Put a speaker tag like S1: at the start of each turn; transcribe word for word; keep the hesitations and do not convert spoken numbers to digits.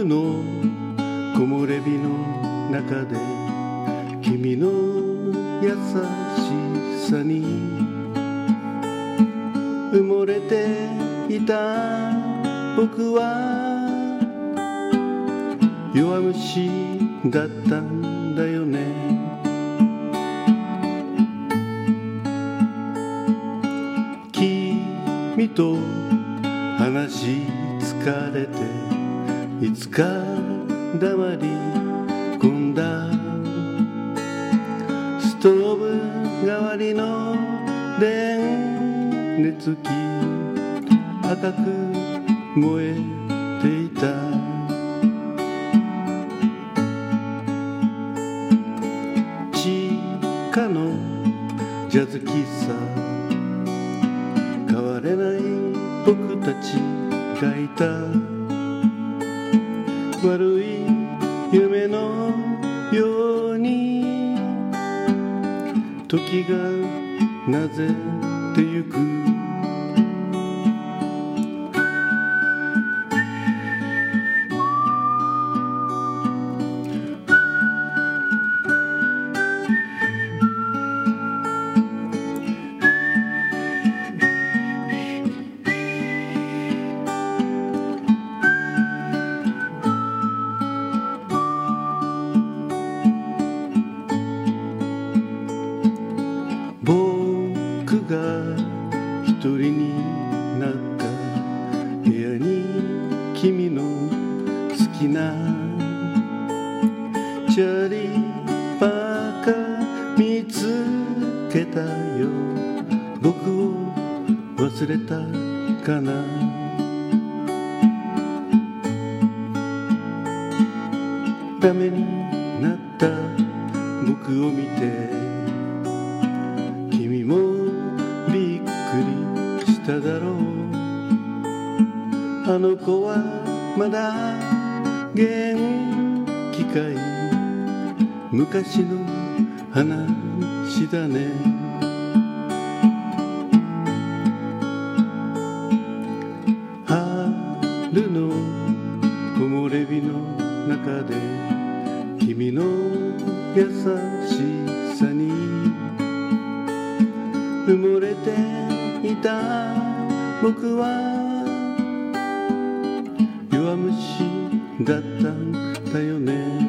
S1: の木漏れ日の中で君の優しさに埋もれていた僕は弱虫だったんだよね。君と話し疲れていつか黙り込んだストーブ代わりの電熱器赤く燃えていた。地下のジャズ喫茶変われない僕たちがいた。悪い夢のように時がなぜてゆく。僕が一人になった部屋に君の好きなチャーリー・パーカー見つけたよ。僕を忘れたかな。ダメになった僕を見て君もびっくりしただろう。あの子はまだ元気かい。昔の話だね。春の木漏れ日の中で君の優しさに埋もれていた僕は弱虫だったんだよね。